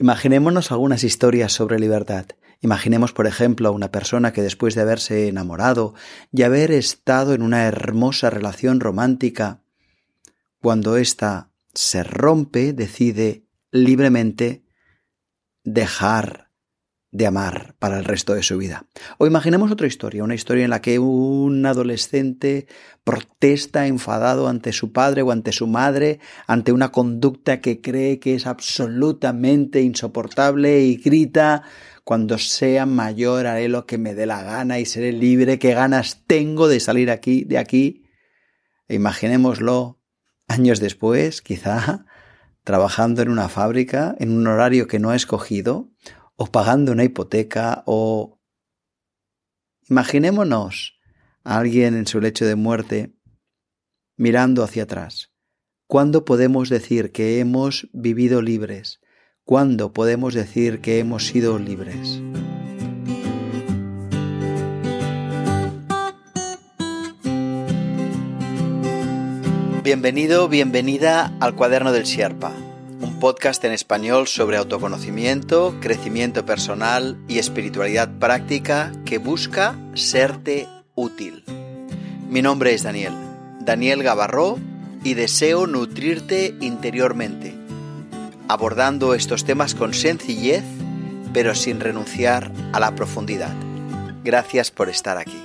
Imaginémonos algunas historias sobre libertad. Imaginemos, por ejemplo, a una persona que después de haberse enamorado y haber estado en una hermosa relación romántica, cuando ésta se rompe, decide libremente dejar de amar para el resto de su vida. O imaginemos otra historia, una historia en la que un adolescente protesta enfadado ante su padre o ante su madre, ante una conducta que cree que es absolutamente insoportable y grita: cuando sea mayor haré lo que me dé la gana y seré libre, qué ganas tengo de salir de aquí. E imaginémoslo años después, quizá trabajando en una fábrica, en un horario que no ha escogido, o pagando una hipoteca, o imaginémonos a alguien en su lecho de muerte mirando hacia atrás. ¿Cuándo podemos decir que hemos vivido libres? ¿Cuándo podemos decir que hemos sido libres? Bienvenido, bienvenida al Cuaderno del Sherpa, un podcast en español sobre autoconocimiento, crecimiento personal y espiritualidad práctica que busca serte útil. Mi nombre es Daniel Gavarró, y deseo nutrirte interiormente, abordando estos temas con sencillez, pero sin renunciar a la profundidad. Gracias por estar aquí.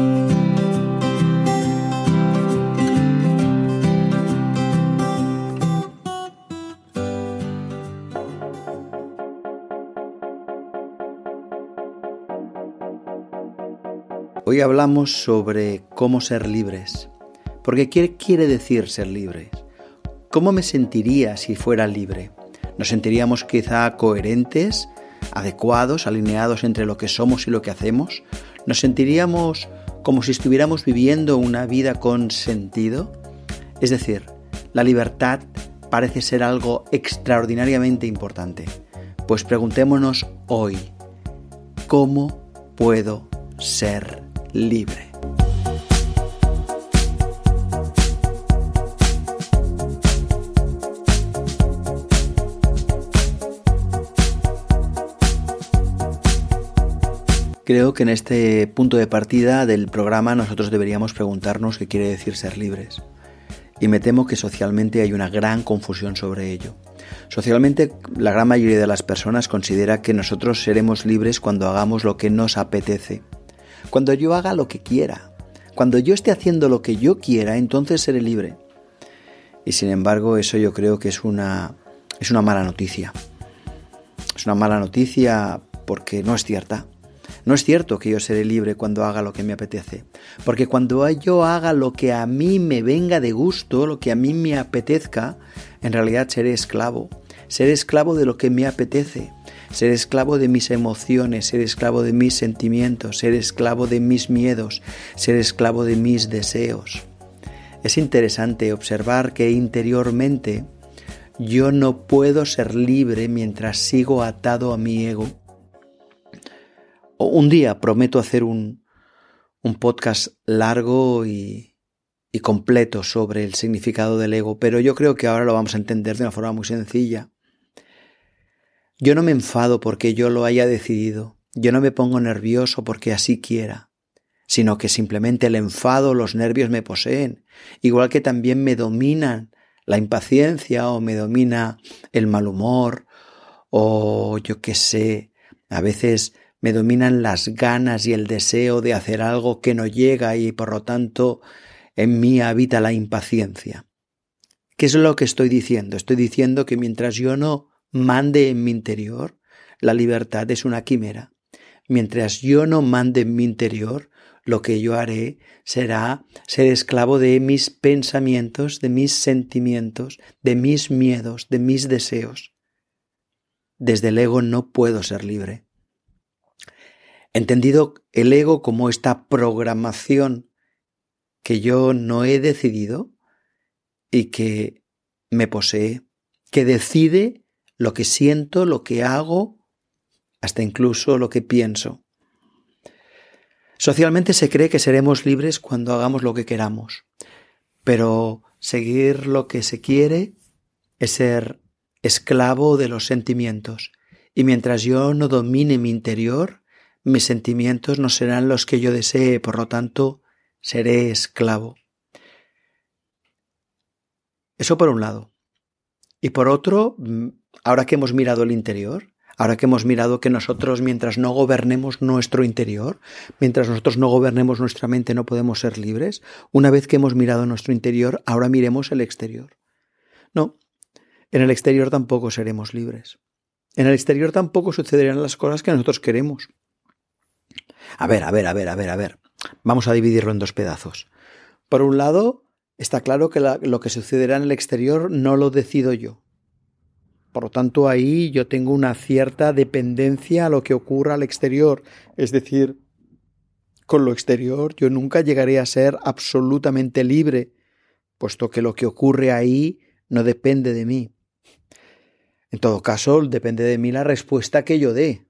Hoy hablamos sobre cómo ser libres. Porque ¿qué quiere decir ser libres? ¿Cómo me sentiría si fuera libre? ¿Nos sentiríamos quizá coherentes, adecuados, alineados entre lo que somos y lo que hacemos? ¿Nos sentiríamos como si estuviéramos viviendo una vida con sentido? Es decir, la libertad parece ser algo extraordinariamente importante. Pues preguntémonos hoy, ¿cómo puedo ser libre? Creo que en este punto de partida del programa nosotros deberíamos preguntarnos qué quiere decir ser libres. Y me temo que socialmente hay una gran confusión sobre ello. Socialmente, la gran mayoría de las personas considera que nosotros seremos libres cuando hagamos lo que nos apetece. Cuando yo haga lo que quiera. Cuando yo esté haciendo lo que yo quiera, entonces seré libre. Y sin embargo, eso yo creo que es una mala noticia. Es una mala noticia porque no es cierta. No es cierto que yo seré libre cuando haga lo que me apetece, porque cuando yo haga lo que a mí me venga de gusto, lo que a mí me apetezca, en realidad seré esclavo de lo que me apetece, seré esclavo de mis emociones, seré esclavo de mis sentimientos, seré esclavo de mis miedos, seré esclavo de mis deseos. Es interesante observar que interiormente yo no puedo ser libre mientras sigo atado a mi ego. Un día prometo hacer un podcast largo y completo sobre el significado del ego, pero yo creo que ahora lo vamos a entender de una forma muy sencilla. Yo no me enfado porque yo lo haya decidido, yo no me pongo nervioso porque así quiera, sino que simplemente el enfado, los nervios me poseen, igual que también me dominan la impaciencia o me domina el mal humor o yo qué sé, a veces me dominan las ganas y el deseo de hacer algo que no llega y por lo tanto en mí habita la impaciencia. ¿Qué es lo que estoy diciendo? Estoy diciendo que mientras yo no mande en mi interior, la libertad es una quimera. Mientras yo no mande en mi interior, lo que yo haré será ser esclavo de mis pensamientos, de mis sentimientos, de mis miedos, de mis deseos. Desde el ego no puedo ser libre. Entendido el ego como esta programación que yo no he decidido y que me posee, que decide lo que siento, lo que hago, hasta incluso lo que pienso. Socialmente se cree que seremos libres cuando hagamos lo que queramos, pero seguir lo que se quiere es ser esclavo de los sentimientos Y mientras yo no domine mi interior, mis sentimientos no serán los que yo desee, por lo tanto, seré esclavo. Eso por un lado. Y por otro, ahora que hemos mirado el interior, ahora que hemos mirado que nosotros, mientras no gobernemos nuestro interior, mientras nosotros no gobernemos nuestra mente, no podemos ser libres, una vez que hemos mirado nuestro interior, ahora miremos el exterior. No, en el exterior tampoco seremos libres. En el exterior tampoco sucederán las cosas que nosotros queremos. A ver. Vamos a dividirlo en dos pedazos. Por un lado, está claro que lo que sucederá en el exterior no lo decido yo. Por lo tanto, ahí yo tengo una cierta dependencia a lo que ocurra al exterior. Es decir, con lo exterior yo nunca llegaré a ser absolutamente libre, puesto que lo que ocurre ahí no depende de mí. En todo caso, depende de mí la respuesta que yo dé.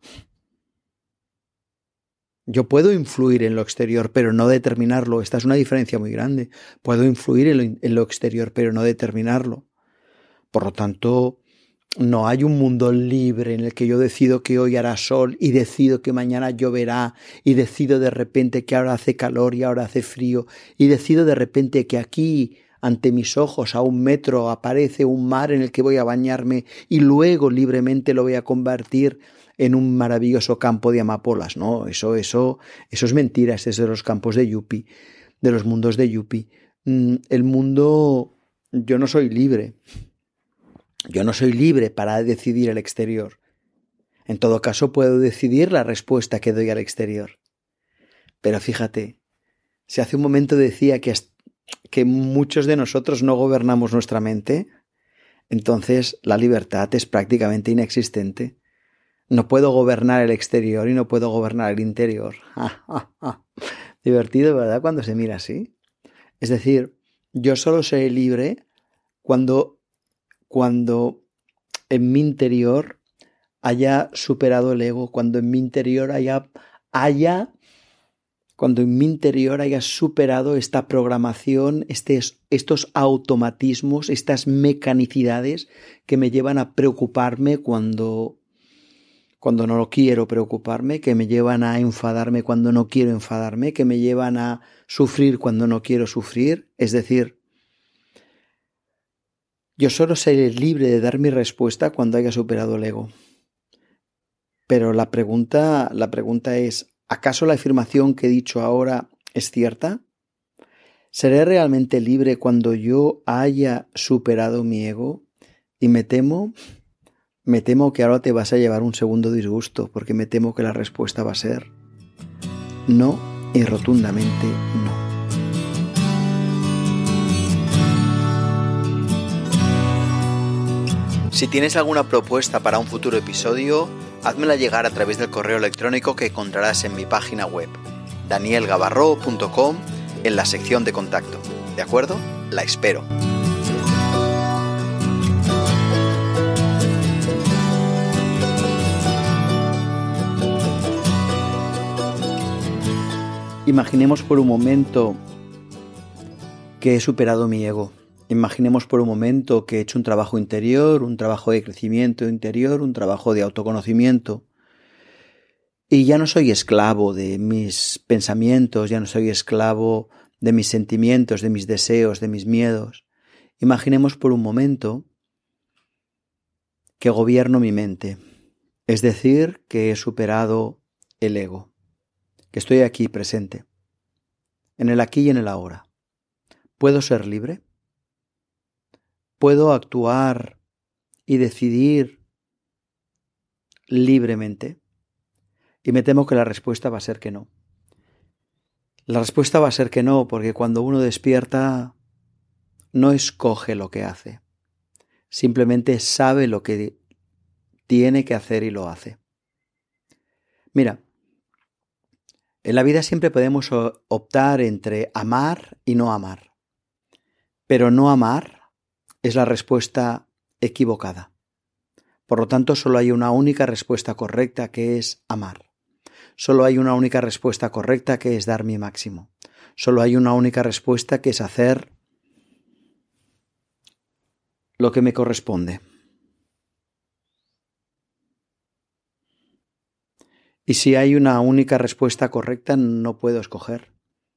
Yo puedo influir en lo exterior, pero no determinarlo. Esta es una diferencia muy grande. Puedo influir en lo exterior, pero no determinarlo. Por lo tanto, no hay un mundo libre en el que yo decido que hoy hará sol y decido que mañana lloverá y decido de repente que ahora hace calor y ahora hace frío y decido de repente que aquí, ante mis ojos, a 1 metro, aparece un mar en el que voy a bañarme y luego libremente lo voy a convertir en un maravilloso campo de amapolas. No, eso es mentira. Este es de los campos de Yuppie, de los mundos de Yuppie. El mundo, yo no soy libre. Yo no soy libre para decidir el exterior. En todo caso, puedo decidir la respuesta que doy al exterior. Pero fíjate, si hace un momento decía que muchos de nosotros no gobernamos nuestra mente, entonces la libertad es prácticamente inexistente. No puedo gobernar el exterior y no puedo gobernar el interior. Divertido, ¿verdad? Cuando se mira así. Es decir, yo solo seré libre cuando en mi interior haya superado el ego, cuando en mi interior haya superado esta programación, estos automatismos, estas mecanicidades que me llevan a preocuparme cuando no quiero preocuparme, que me llevan a enfadarme cuando no quiero enfadarme, que me llevan a sufrir cuando no quiero sufrir. Es decir, yo solo seré libre de dar mi respuesta cuando haya superado el ego. Pero la pregunta es, ¿acaso la afirmación que he dicho ahora es cierta? ¿Seré realmente libre cuando yo haya superado mi ego? Y me temo que ahora te vas a llevar un segundo disgusto, porque me temo que la respuesta va a ser no y rotundamente no. Si tienes alguna propuesta para un futuro episodio, házmela llegar a través del correo electrónico que encontrarás en mi página web, danielgavarro.com, en la sección de contacto. ¿De acuerdo? La espero. Imaginemos por un momento que he superado mi ego. Imaginemos por un momento que he hecho un trabajo interior, un trabajo de crecimiento interior, un trabajo de autoconocimiento. Y ya no soy esclavo de mis pensamientos, ya no soy esclavo de mis sentimientos, de mis deseos, de mis miedos. Imaginemos por un momento que gobierno mi mente, es decir, que he superado el ego, que estoy aquí presente, en el aquí y en el ahora. ¿Puedo ser libre? ¿Puedo actuar y decidir libremente? Y me temo que la respuesta va a ser que no. La respuesta va a ser que no, porque cuando uno despierta no escoge lo que hace. Simplemente sabe lo que tiene que hacer y lo hace. Mira, en la vida siempre podemos optar entre amar y no amar. Pero no amar es la respuesta equivocada. Por lo tanto, solo hay una única respuesta correcta, que es amar. Solo hay una única respuesta correcta, que es dar mi máximo. Solo hay una única respuesta, que es hacer lo que me corresponde. Y si hay una única respuesta correcta, no puedo escoger.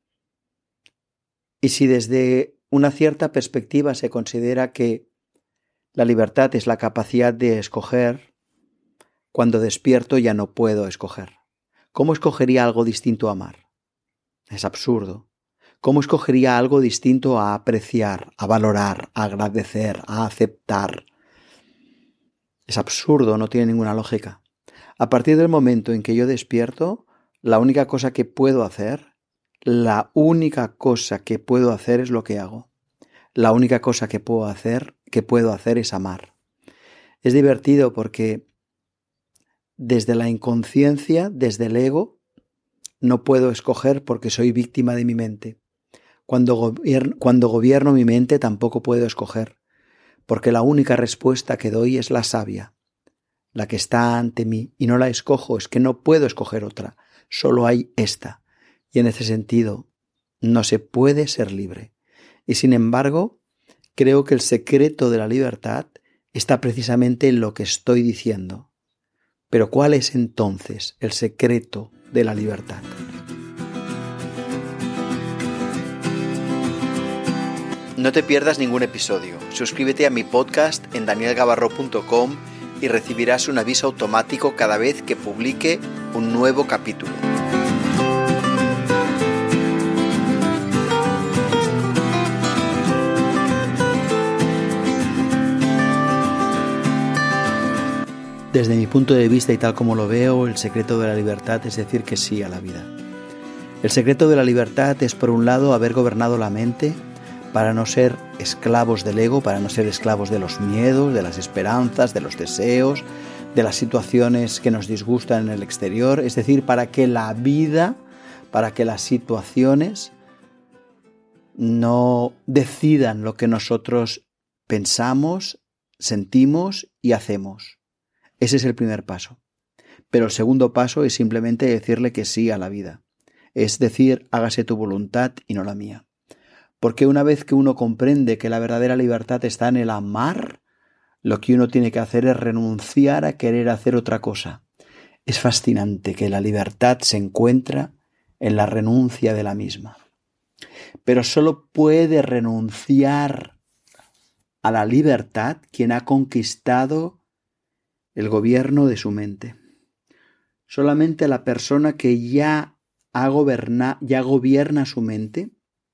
Y si desde una cierta perspectiva se considera que la libertad es la capacidad de escoger, cuando despierto ya no puedo escoger. ¿Cómo escogería algo distinto a amar? Es absurdo. ¿Cómo escogería algo distinto a apreciar, a valorar, a agradecer, a aceptar? Es absurdo, no tiene ninguna lógica. A partir del momento en que yo despierto, la única cosa que puedo hacer es lo que hago. La única cosa que puedo hacer es amar. Es divertido porque desde la inconsciencia, desde el ego, no puedo escoger porque soy víctima de mi mente. Cuando gobierno mi mente tampoco puedo escoger, porque la única respuesta que doy es la sabia, la que está ante mí, y no la escojo, es que no puedo escoger otra, solo hay esta. Y en ese sentido, no se puede ser libre. Y sin embargo, creo que el secreto de la libertad está precisamente en lo que estoy diciendo. Pero ¿cuál es entonces el secreto de la libertad? No te pierdas ningún episodio. Suscríbete a mi podcast en danielgavarro.com y recibirás un aviso automático cada vez que publique un nuevo capítulo. Desde mi punto de vista y tal como lo veo, el secreto de la libertad es decir que sí a la vida. El secreto de la libertad es, por un lado, haber gobernado la mente para no ser esclavos del ego, para no ser esclavos de los miedos, de las esperanzas, de los deseos, de las situaciones que nos disgustan en el exterior. Es decir, para que la vida, para que las situaciones no decidan lo que nosotros pensamos, sentimos y hacemos. Ese es el primer paso. Pero el segundo paso es simplemente decirle que sí a la vida. Es decir, hágase tu voluntad y no la mía. Porque una vez que uno comprende que la verdadera libertad está en el amar, lo que uno tiene que hacer es renunciar a querer hacer otra cosa. Es fascinante que la libertad se encuentra en la renuncia de la misma. Pero solo puede renunciar a la libertad quien ha conquistado el gobierno de su mente. Solamente la persona que ya gobierna su mente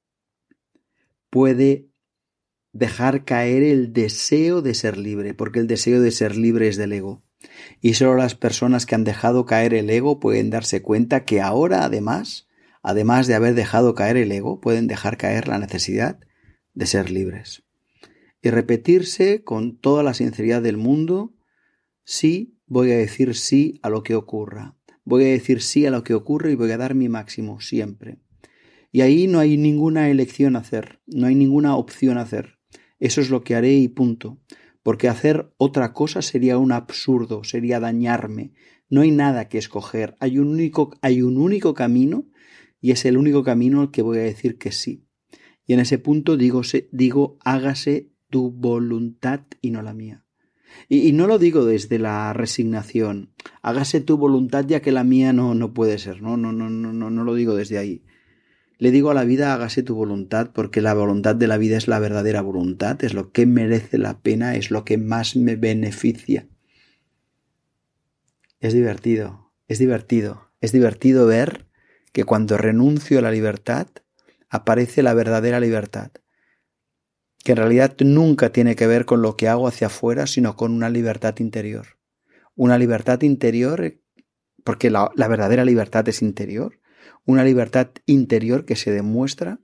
puede dejar caer el deseo de ser libre, porque el deseo de ser libre es del ego. Y solo las personas que han dejado caer el ego pueden darse cuenta que ahora, además de haber dejado caer el ego, pueden dejar caer la necesidad de ser libres. Y repetirse con toda la sinceridad del mundo: sí, voy a decir sí a lo que ocurra. Voy a decir sí a lo que ocurre y voy a dar mi máximo siempre. Y ahí no hay ninguna elección a hacer, no hay ninguna opción a hacer. Eso es lo que haré y punto. Porque hacer otra cosa sería un absurdo, sería dañarme. No hay nada que escoger. Hay un único camino, y es el único camino al que voy a decir que sí. Y en ese punto digo hágase tu voluntad y no la mía. Y no lo digo desde la resignación. Hágase tu voluntad ya que la mía no puede ser. No lo digo desde ahí. Le digo a la vida: hágase tu voluntad, porque la voluntad de la vida es la verdadera voluntad, es lo que merece la pena, es lo que más me beneficia. Es divertido ver que cuando renuncio a la libertad, aparece la verdadera libertad, que en realidad nunca tiene que ver con lo que hago hacia afuera, sino con una libertad interior. Una libertad interior, porque la verdadera libertad es interior. Una libertad interior que se demuestra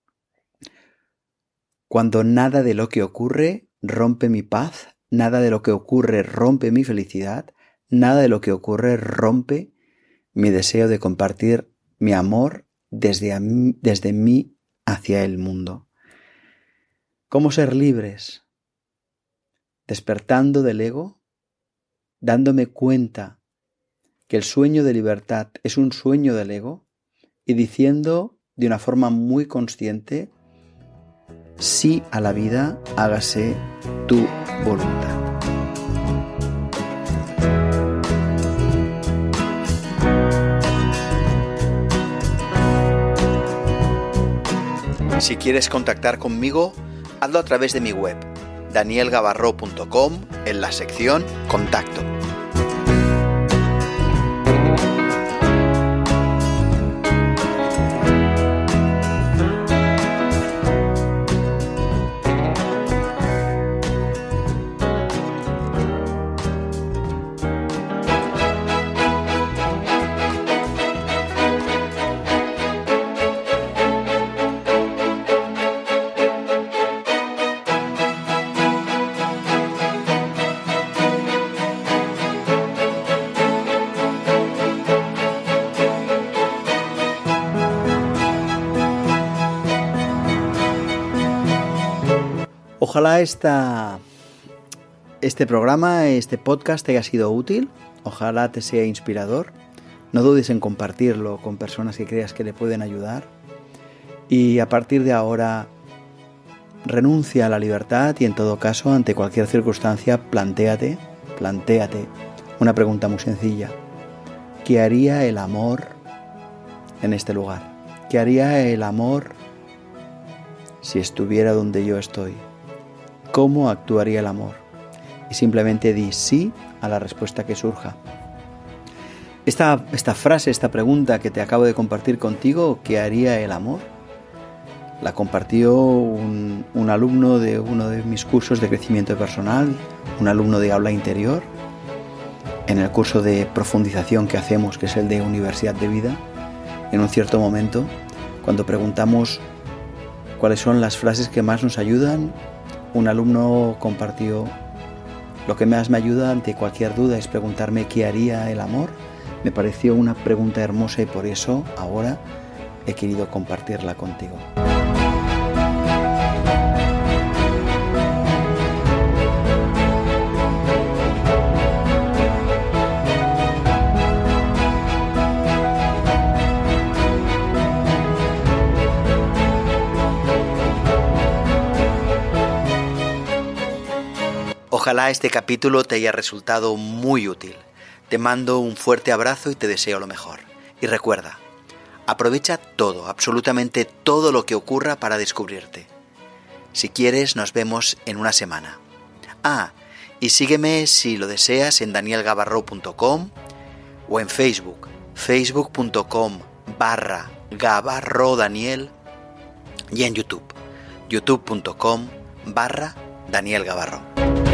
cuando nada de lo que ocurre rompe mi paz, nada de lo que ocurre rompe mi felicidad, nada de lo que ocurre rompe mi deseo de compartir mi amor desde mí hacia el mundo. ¿Cómo ser libres? Despertando del ego, dándome cuenta que el sueño de libertad es un sueño del ego, y diciendo de una forma muy consciente: sí a la vida, hágase tu voluntad. Si quieres contactar conmigo, hazlo a través de mi web, danielgavarro.com, en la sección Contacto. Ojalá este programa, este podcast te haya sido útil, ojalá te sea inspirador. No dudes en compartirlo con personas que creas que le pueden ayudar. Y a partir de ahora, renuncia a la libertad y en todo caso, ante cualquier circunstancia, plantéate una pregunta muy sencilla. ¿Qué haría el amor en este lugar? ¿Qué haría el amor si estuviera donde yo estoy? ¿Cómo actuaría el amor? Y simplemente di sí a la respuesta que surja. Esta frase, esta pregunta que te acabo de compartir contigo, ¿qué haría el amor? La compartió un alumno de uno de mis cursos de crecimiento personal, un alumno de aula interior, en el curso de profundización que hacemos, que es el de Universidad de Vida. En un cierto momento, cuando preguntamos cuáles son las frases que más nos ayudan, un alumno compartió: lo que más me ayuda ante cualquier duda es preguntarme qué haría el amor. Me pareció una pregunta hermosa y por eso ahora he querido compartirla contigo. Ojalá este capítulo te haya resultado muy útil. Te mando un fuerte abrazo y te deseo lo mejor. Y recuerda, aprovecha todo, absolutamente todo lo que ocurra para descubrirte. Si quieres, nos vemos en una semana. Y sígueme si lo deseas en danielgavarro.com o en Facebook, facebook.com/gavarrodaniel y en YouTube, youtube.com/danielgavarro.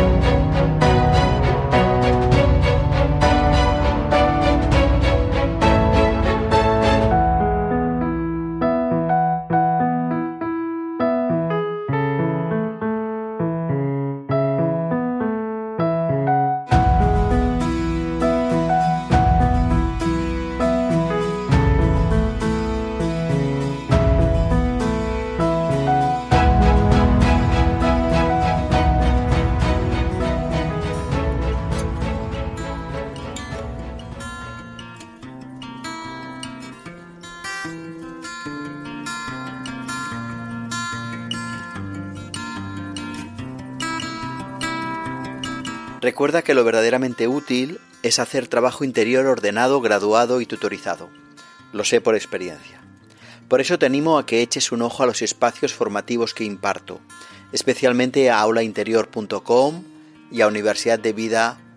Recuerda que lo verdaderamente útil es hacer trabajo interior ordenado, graduado y tutorizado. Lo sé por experiencia. Por eso te animo a que eches un ojo a los espacios formativos que imparto, especialmente a aulainterior.com y a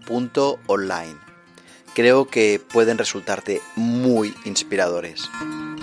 universidaddevida.online. Creo que pueden resultarte muy inspiradores.